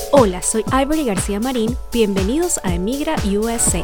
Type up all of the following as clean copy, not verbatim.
Hola, soy Ivory García Marín. Bienvenidos a Emigra USA.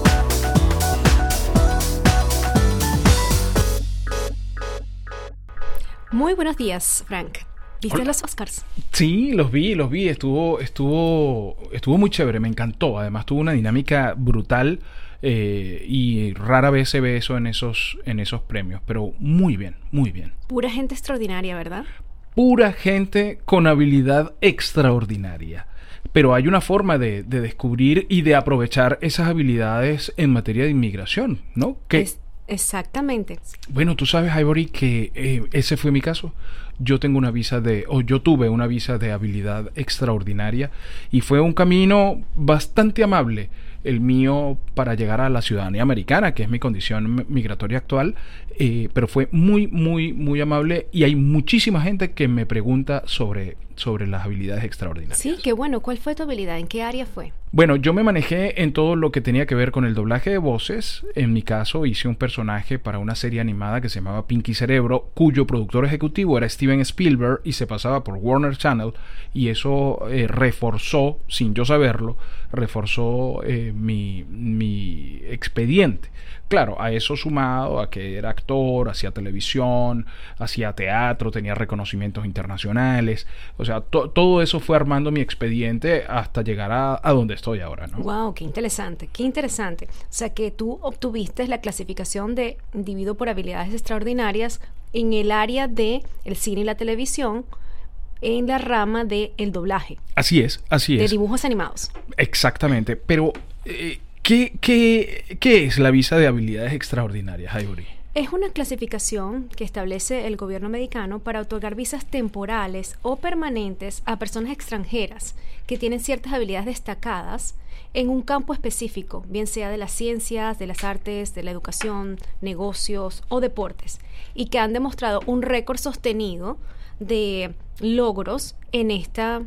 Muy buenos días, Frank. ¿Viste los Oscars? Sí, los vi. Estuvo muy chévere, me encantó. Además tuvo una dinámica brutal y rara vez se ve eso en esos premios. Pero muy bien, muy bien. Pura gente extraordinaria, ¿verdad? Pura gente con habilidad extraordinaria. Pero hay una forma de descubrir y de aprovechar esas habilidades en materia de inmigración, ¿no? Exactamente. Bueno, tú sabes, Ivory, que ese fue mi caso. Yo tuve una visa de habilidad extraordinaria y fue un camino bastante amable el mío para llegar a la ciudadanía americana, que es mi condición migratoria actual, pero fue muy, muy, muy amable y hay muchísima gente que me pregunta sobre las habilidades extraordinarias. Sí, qué bueno. ¿Cuál fue tu habilidad? ¿En qué área fue? Bueno, yo me manejé en todo lo que tenía que ver con el doblaje de voces. En mi caso, hice un personaje para una serie animada que se llamaba Pinky Cerebro, cuyo productor ejecutivo era Steven Spielberg y se pasaba por Warner Channel, y eso reforzó, sin yo saberlo, mi expediente. Claro, a eso sumado a que era actor, hacía televisión, hacía teatro, tenía reconocimientos internacionales. O sea, todo eso fue armando mi expediente hasta llegar a donde estoy ahora, ¿no? Wow, qué interesante, qué interesante. O sea, que tú obtuviste la clasificación de individuo por habilidades extraordinarias en el área de el cine y la televisión, en la rama del doblaje. Así es. De dibujos animados. Exactamente, pero ¿qué es la visa de habilidades extraordinarias, Ivory? Es una clasificación que establece el gobierno americano para otorgar visas temporales o permanentes a personas extranjeras que tienen ciertas habilidades destacadas en un campo específico, bien sea de las ciencias, de las artes, de la educación, negocios o deportes, y que han demostrado un récord sostenido de logros en este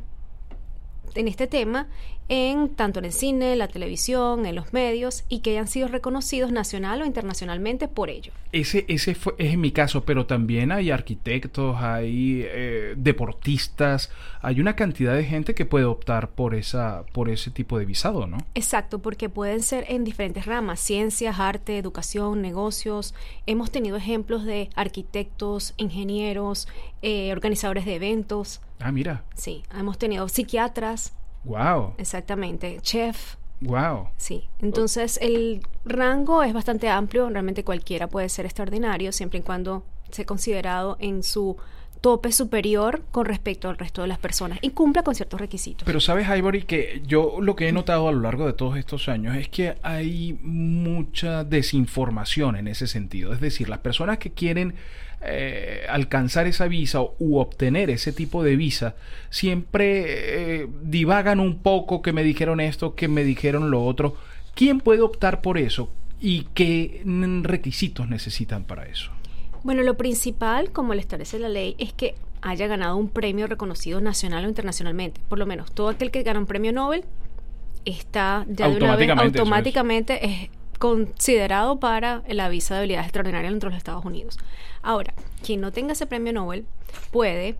tema, tanto en el cine, la televisión, en los medios, y que hayan sido reconocidos nacional o internacionalmente por ello. Ese es mi caso, pero también hay arquitectos, hay deportistas, hay una cantidad de gente que puede optar por ese tipo de visado, ¿no? Exacto, porque pueden ser en diferentes ramas: ciencias, arte, educación, negocios. Hemos tenido ejemplos de arquitectos, ingenieros, organizadores de eventos. Ah, mira. Sí, hemos tenido psiquiatras. Wow. Exactamente, chef. Wow. Sí, entonces el rango es bastante amplio. Realmente cualquiera puede ser extraordinario, siempre y cuando sea considerado en su tope superior con respecto al resto de las personas y cumpla con ciertos requisitos. Pero sabes, Ivory, que yo lo que he notado a lo largo de todos estos años es que hay mucha desinformación en ese sentido. Es decir, las personas que quieren alcanzar esa visa u obtener ese tipo de visa siempre divagan un poco, que me dijeron esto, que me dijeron lo otro. ¿Quién puede optar por eso y qué requisitos necesitan para eso? Bueno, lo principal, como lo establece la ley, es que haya ganado un premio reconocido nacional o internacionalmente. Por lo menos todo aquel que gana un premio Nobel está ya de una vez automáticamente es considerado para la visa de habilidades extraordinarias dentro de los Estados Unidos. Ahora, quien no tenga ese premio Nobel puede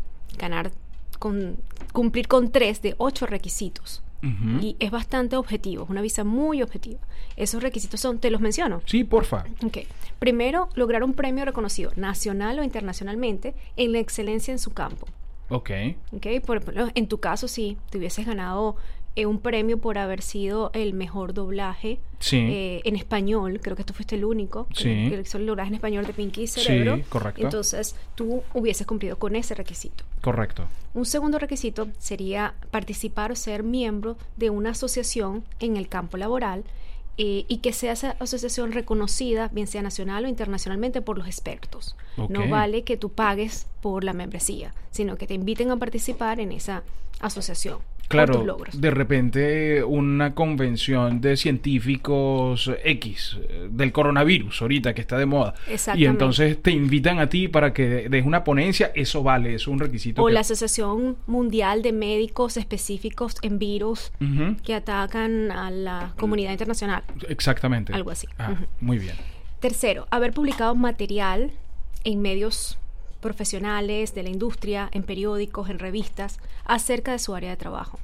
cumplir con 3 de 8 requisitos. Uh-huh. Y es bastante objetivo, es una visa muy objetiva. Esos requisitos son, ¿te los menciono? Sí, porfa. Okay. Primero, lograr un premio reconocido nacional o internacionalmente en la excelencia en su campo. Okay. Por ejemplo, en tu caso, si te hubieses ganado un premio por haber sido el mejor doblaje en español, creo que tú fuiste el único que hizo el doblaje en español de Pinky Cerebro. Sí, correcto. Entonces tú hubieses cumplido con ese requisito. Correcto. Un segundo requisito sería participar o ser miembro de una asociación en el campo laboral y que sea esa asociación reconocida, bien sea nacional o internacionalmente, por los expertos. Okay. No vale que tú pagues por la membresía, sino que te inviten a participar en esa asociación. Claro, de repente una convención de científicos X del coronavirus ahorita que está de moda, y entonces te invitan a ti para que des una ponencia, eso vale, es un requisito. O la Asociación Mundial de Médicos Específicos en Virus que atacan a la comunidad internacional. Exactamente. Algo así. Muy bien. Tercero, haber publicado material en medios profesionales de la industria, en periódicos, en revistas, acerca de su área de trabajo.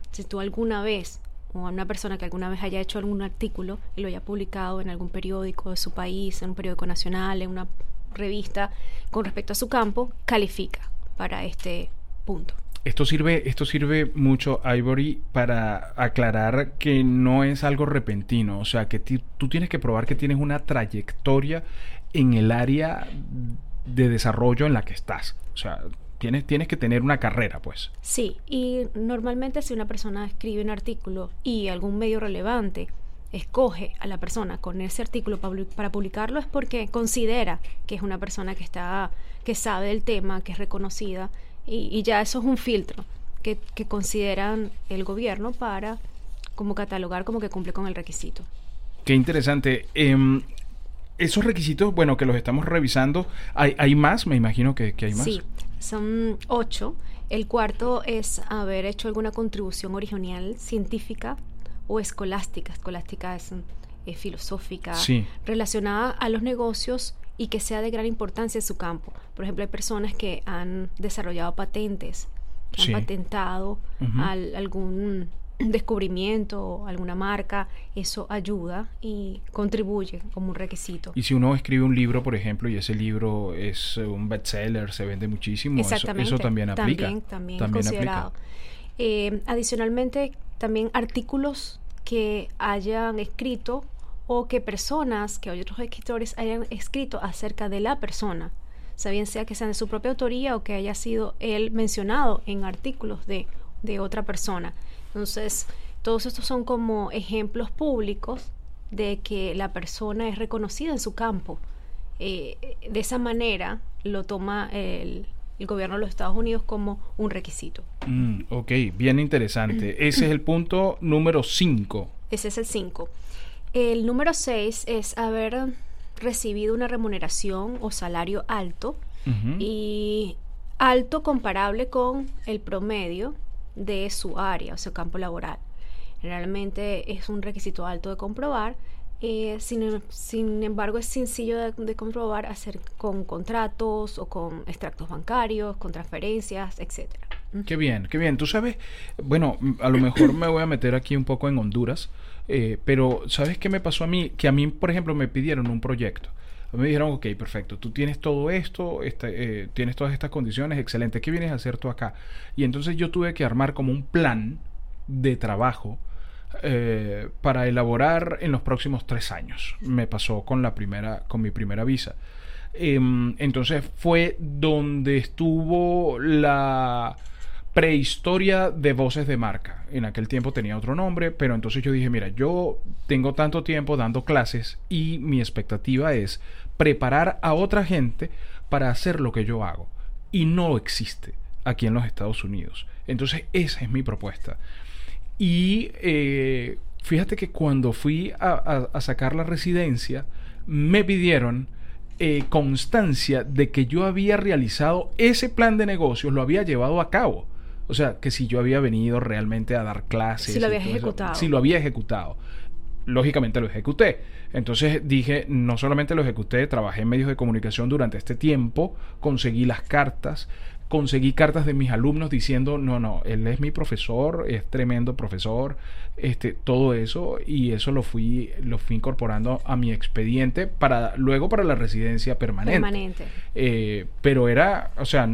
Si tú alguna vez, o a una persona que alguna vez haya hecho algún artículo y lo haya publicado en algún periódico de su país, en un periódico nacional, en una revista, con respecto a su campo, califica para este punto. Esto sirve mucho, Ivory, para aclarar que no es algo repentino. O sea, que tú tienes que probar que tienes una trayectoria en el área de desarrollo en la que estás. O sea, tienes que tener una carrera, pues. Sí, y normalmente si una persona escribe un artículo y algún medio relevante escoge a la persona con ese artículo para publicarlo, es porque considera que es una persona que sabe del tema, que es reconocida, y ya eso es un filtro que consideran el gobierno para como catalogar como que cumple con el requisito. Qué interesante. Esos requisitos, bueno, que los estamos revisando, ¿hay más? Me imagino que hay más. Sí, son 8. El cuarto es haber hecho alguna contribución original científica o escolástica. Escolástica es filosófica, sí, relacionada a los negocios y que sea de gran importancia en su campo. Por ejemplo, hay personas que han desarrollado patentes, que sí, han patentado algún descubrimiento o alguna marca. Eso ayuda y contribuye como un requisito. Y si uno escribe un libro, por ejemplo, y ese libro es un bestseller, se vende muchísimo, eso también aplica. También considerado. Adicionalmente, también artículos que hayan escrito o que personas, que otros escritores hayan escrito acerca de la persona, o sea, bien sea que sean de su propia autoría o que haya sido él mencionado en artículos de otra persona. Entonces, todos estos son como ejemplos públicos de que la persona es reconocida en su campo. De esa manera lo toma el gobierno de los Estados Unidos como un requisito. Ok, bien interesante. Ese es el punto número 5. Ese es el 5. El número 6 es haber recibido una remuneración o salario alto, y alto comparable con el promedio de su área o su campo laboral. Realmente es un requisito alto de comprobar. Sin embargo, es sencillo de comprobar hacer con contratos o con extractos bancarios, con transferencias, etcétera. Qué bien, qué bien. Tú sabes, bueno, a lo mejor me voy a meter aquí un poco en Honduras, pero ¿sabes qué me pasó a mí? Que a mí, por ejemplo, me pidieron un proyecto. Me dijeron, ok, perfecto, tú tienes todo esto, tienes todas estas condiciones, excelente, ¿qué vienes a hacer tú acá? Y entonces yo tuve que armar como un plan de trabajo para elaborar en los próximos 3 años. Me pasó con mi primera visa. Entonces fue donde estuvo la prehistoria de Voces de Marca. En aquel tiempo tenía otro nombre, pero entonces yo dije, mira, yo tengo tanto tiempo dando clases y mi expectativa es preparar a otra gente para hacer lo que yo hago. Y no existe aquí en los Estados Unidos. Entonces esa es mi propuesta. Y fíjate que cuando fui a sacar la residencia, me pidieron constancia de que yo había realizado ese plan de negocios, lo había llevado a cabo. O sea, que si yo había venido realmente a dar clases. Si lo habías ejecutado. Si lo había ejecutado. Lógicamente lo ejecuté. Entonces dije, no solamente lo ejecuté, trabajé en medios de comunicación durante este tiempo, conseguí las cartas, conseguí cartas de mis alumnos diciendo, no, él es mi profesor, es tremendo profesor, todo eso, y eso lo fui incorporando a mi expediente luego para la residencia permanente. Pero era, o sea,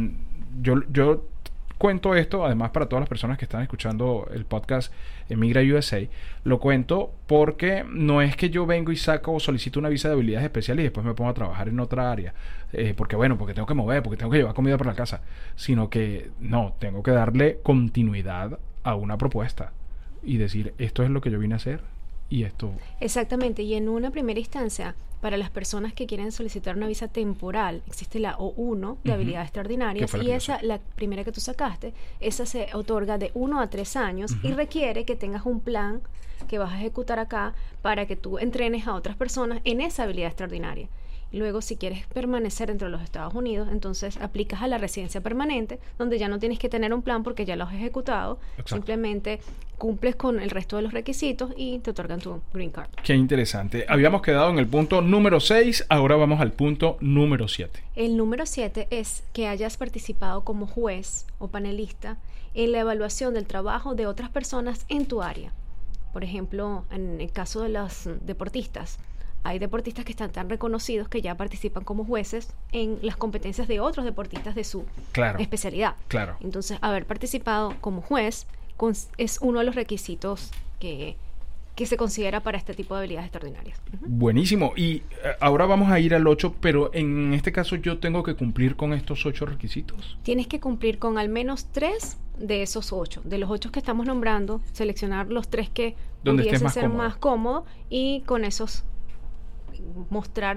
yo cuento esto, además para todas las personas que están escuchando el podcast Emigra USA, lo cuento porque no es que yo vengo y solicito una visa de habilidades especiales y después me pongo a trabajar en otra área, porque tengo que mover, porque tengo que llevar comida para la casa, sino que no, tengo que darle continuidad a una propuesta y decir, esto es lo que yo vine a hacer y esto... Exactamente, y en una primera instancia, para las personas que quieren solicitar una visa temporal, existe la O1 de habilidades extraordinarias, y esa, la primera que tú sacaste, esa se otorga de 1 a 3 años y requiere que tengas un plan que vas a ejecutar acá para que tú entrenes a otras personas en esa habilidad extraordinaria. Luego, si quieres permanecer dentro de los Estados Unidos, entonces aplicas a la residencia permanente, donde ya no tienes que tener un plan porque ya lo has ejecutado. Exacto. Simplemente cumples con el resto de los requisitos y te otorgan tu green card. Qué interesante. Habíamos quedado en el punto número 6, ahora vamos al punto número 7. El número 7 es que hayas participado como juez o panelista en la evaluación del trabajo de otras personas en tu área. Por ejemplo, en el caso de los deportistas, hay deportistas que están tan reconocidos que ya participan como jueces en las competencias de otros deportistas de su especialidad. Claro. Entonces, haber participado como juez es uno de los requisitos que se considera para este tipo de habilidades extraordinarias. Buenísimo. Y ahora vamos a ir al 8, pero en este caso yo tengo que cumplir con estos 8 requisitos. Tienes que cumplir con al menos 3 de esos 8. De los 8 que estamos nombrando, seleccionar los 3 que pudiesen ser más cómodo y con esos mostrar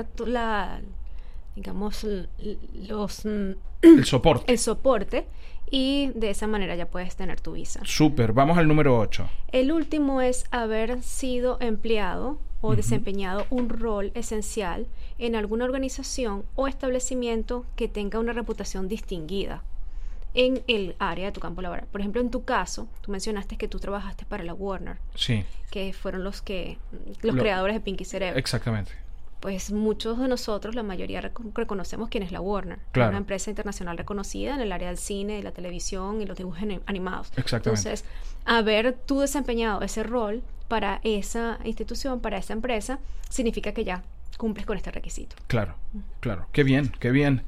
el soporte y de esa manera ya puedes tener tu visa. Súper, vamos al número 8. El último es haber sido empleado o desempeñado un rol esencial en alguna organización o establecimiento que tenga una reputación distinguida en el área de tu campo laboral. Por ejemplo, en tu caso, tú mencionaste que tú trabajaste para la Warner, sí, que fueron los creadores de Pinky Cerebro. Exactamente. Pues muchos de nosotros, la mayoría reconocemos quién es la Warner. Claro. Una empresa internacional reconocida en el área del cine, la televisión y los dibujos animados. Exactamente. Entonces, haber tú desempeñado ese rol para esa institución, para esa empresa, significa que ya cumples con este requisito. Claro, claro. Qué bien, qué bien.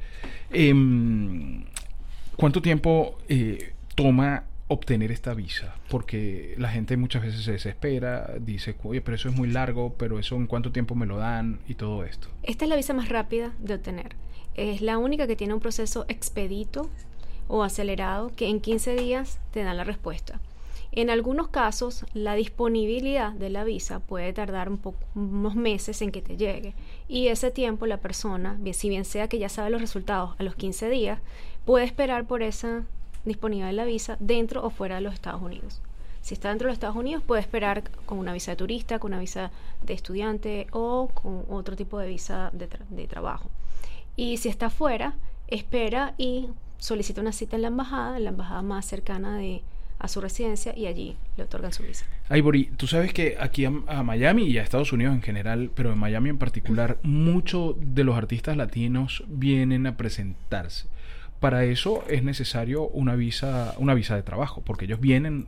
¿Cuánto tiempo toma obtener esta visa? Porque la gente muchas veces se desespera, dice, oye, pero eso es muy largo, pero eso ¿en cuánto tiempo me lo dan? Y todo esto. Esta es la visa más rápida de obtener. Es la única que tiene un proceso expedito o acelerado que en 15 días te dan la respuesta. En algunos casos, la disponibilidad de la visa puede tardar unos meses en que te llegue. Y ese tiempo la persona, si bien sea que ya sabe los resultados a los 15 días, puede esperar por esa disponibilidad de la visa dentro o fuera de los Estados Unidos. Si está dentro de los Estados Unidos, puede esperar con una visa de turista, con una visa de estudiante o con otro tipo de visa de trabajo. Y si está fuera, espera y solicita una cita en la embajada más cercana a su residencia, y allí le otorgan su visa. Ivory, tú sabes que aquí a Miami y a Estados Unidos en general, pero en Miami en particular, muchos de los artistas latinos vienen a presentarse. Para eso es necesario una visa de trabajo, porque ellos vienen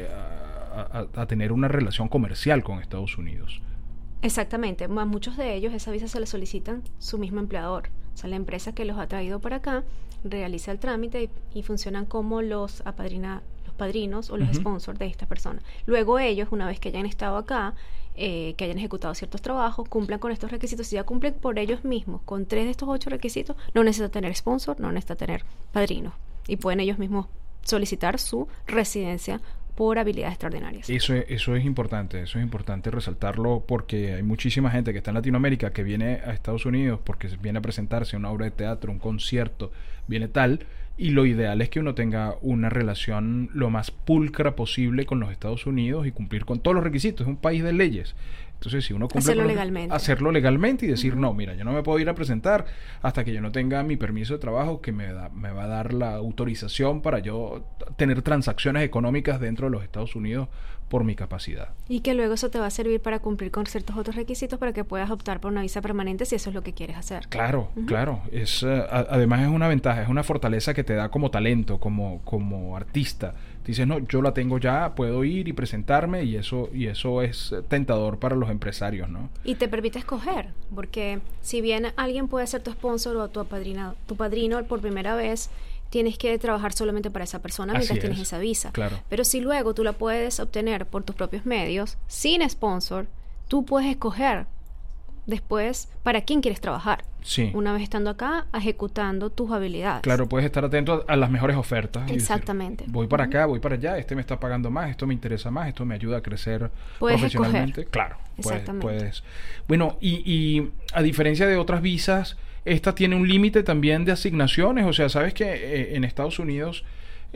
a tener una relación comercial con Estados Unidos. Exactamente. A muchos de ellos esa visa se la solicitan su mismo empleador. O sea, la empresa que los ha traído para acá realiza el trámite y funcionan como los padrinos o los sponsors de esta persona. Luego ellos, una vez que hayan estado acá, que hayan ejecutado ciertos trabajos, cumplan con estos requisitos. Si ya cumplen por ellos mismos con 3 de estos 8 requisitos, no necesitan tener sponsor, no necesitan tener padrinos, y pueden ellos mismos solicitar su residencia por habilidades extraordinarias. Eso es importante resaltarlo, porque hay muchísima gente que está en Latinoamérica que viene a Estados Unidos porque viene a presentarse una obra de teatro, un concierto, viene tal, y lo ideal es que uno tenga una relación lo más pulcra posible con los Estados Unidos y cumplir con todos los requisitos. Es un país de leyes. Entonces, si uno cumple hacerlo legalmente y decir, no, mira, yo no me puedo ir a presentar hasta que yo no tenga mi permiso de trabajo que me va a dar la autorización para yo tener transacciones económicas dentro de los Estados Unidos por mi capacidad. Y que luego eso te va a servir para cumplir con ciertos otros requisitos para que puedas optar por una visa permanente si eso es lo que quieres hacer. Claro, claro. Además es una ventaja, es una fortaleza que te da como talento, como artista. Dices, no, yo la tengo ya, puedo ir y presentarme, y eso es tentador para los empresarios, ¿no? Y te permite escoger, porque si bien alguien puede ser tu sponsor o tu padrino por primera vez, tienes que trabajar solamente para esa persona mientras tienes esa visa. Claro. Pero si luego tú la puedes obtener por tus propios medios, sin sponsor, tú puedes escoger después para quién quieres trabajar. Sí. Una vez estando acá, ejecutando tus habilidades. Claro, puedes estar atento a las mejores ofertas. Exactamente. Decir, voy para acá, voy para allá, este me está pagando más, esto me interesa más, esto me ayuda a crecer profesionalmente. Escoger. Claro, exactamente. Puedes. Bueno, y a diferencia de otras visas, esta tiene un límite también de asignaciones. O sea, sabes que en Estados Unidos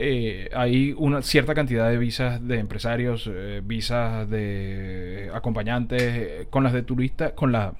hay una cierta cantidad de visas de empresarios, visas de acompañantes, con las de turistas, con las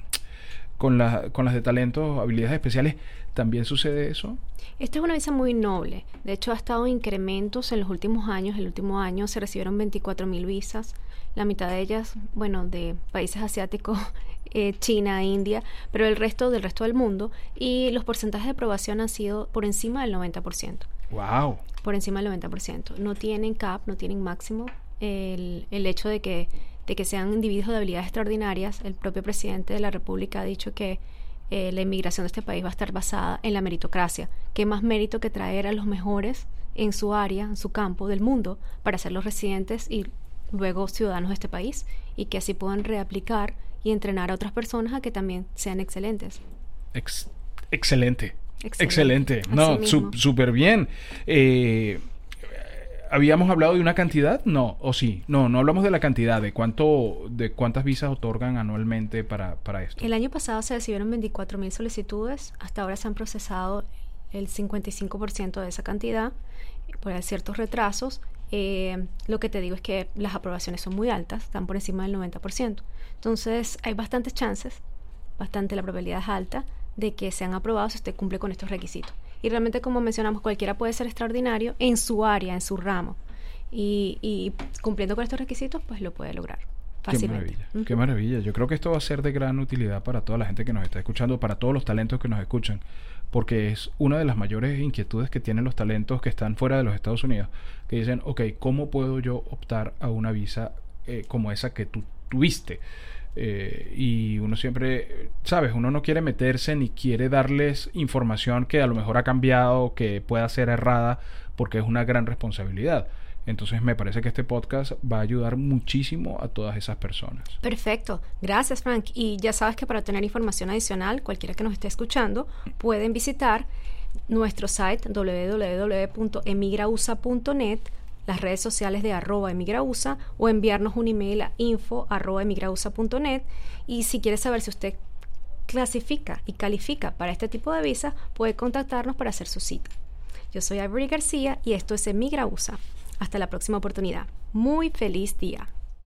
de talentos, habilidades especiales. ¿También sucede eso? Esta es una visa muy noble. De hecho, ha estado en incrementos en los últimos años. El último año se recibieron 24,000 visas. La mitad de ellas, de países asiáticos, China, India, pero del resto del mundo. Y los porcentajes de aprobación han sido por encima del 90%. Wow. Por encima del 90%. No tienen cap, no tienen máximo. El hecho de que sean individuos de habilidades extraordinarias, el propio presidente de la República ha dicho que la inmigración de este país va a estar basada en la meritocracia. ¿Qué más mérito que traer a los mejores en su área, en su campo del mundo, para ser los residentes y luego ciudadanos de este país, y que así puedan reaplicar y entrenar a otras personas a que también sean excelentes? Excelente. No, súper bien. ¿Habíamos hablado de una cantidad? No, o sí. No hablamos de la cantidad, de cuántas visas otorgan anualmente para esto. El año pasado se recibieron 24,000 solicitudes. Hasta ahora se han procesado el 55% de esa cantidad por ciertos retrasos. Lo que te digo es que las aprobaciones son muy altas, están por encima del 90%. Entonces hay bastantes chances, la probabilidad es alta de que sean aprobados si usted cumple con estos requisitos. Y realmente, como mencionamos, cualquiera puede ser extraordinario en su área, en su ramo. Y cumpliendo con estos requisitos, pues lo puede lograr fácilmente. Qué maravilla, qué maravilla. Yo creo que esto va a ser de gran utilidad para toda la gente que nos está escuchando, para todos los talentos que nos escuchan, porque es una de las mayores inquietudes que tienen los talentos que están fuera de los Estados Unidos, que dicen, ok, ¿cómo puedo yo optar a una visa como esa que tú tuviste? Y uno siempre, ¿sabes? Uno no quiere meterse ni quiere darles información que a lo mejor ha cambiado, que pueda ser errada, porque es una gran responsabilidad. Entonces me parece que este podcast va a ayudar muchísimo a todas esas personas. Perfecto. Gracias, Frank. Y ya sabes que para tener información adicional, cualquiera que nos esté escuchando, pueden visitar nuestro site www.emigrausa.net, las redes sociales de @emigrausa, o enviarnos un email a info@emigrausa.net. Y si quiere saber si usted clasifica y califica para este tipo de visa, puede contactarnos para hacer su cita. Yo soy Ivory García y esto es Emigrausa. Hasta la próxima oportunidad. Muy feliz día.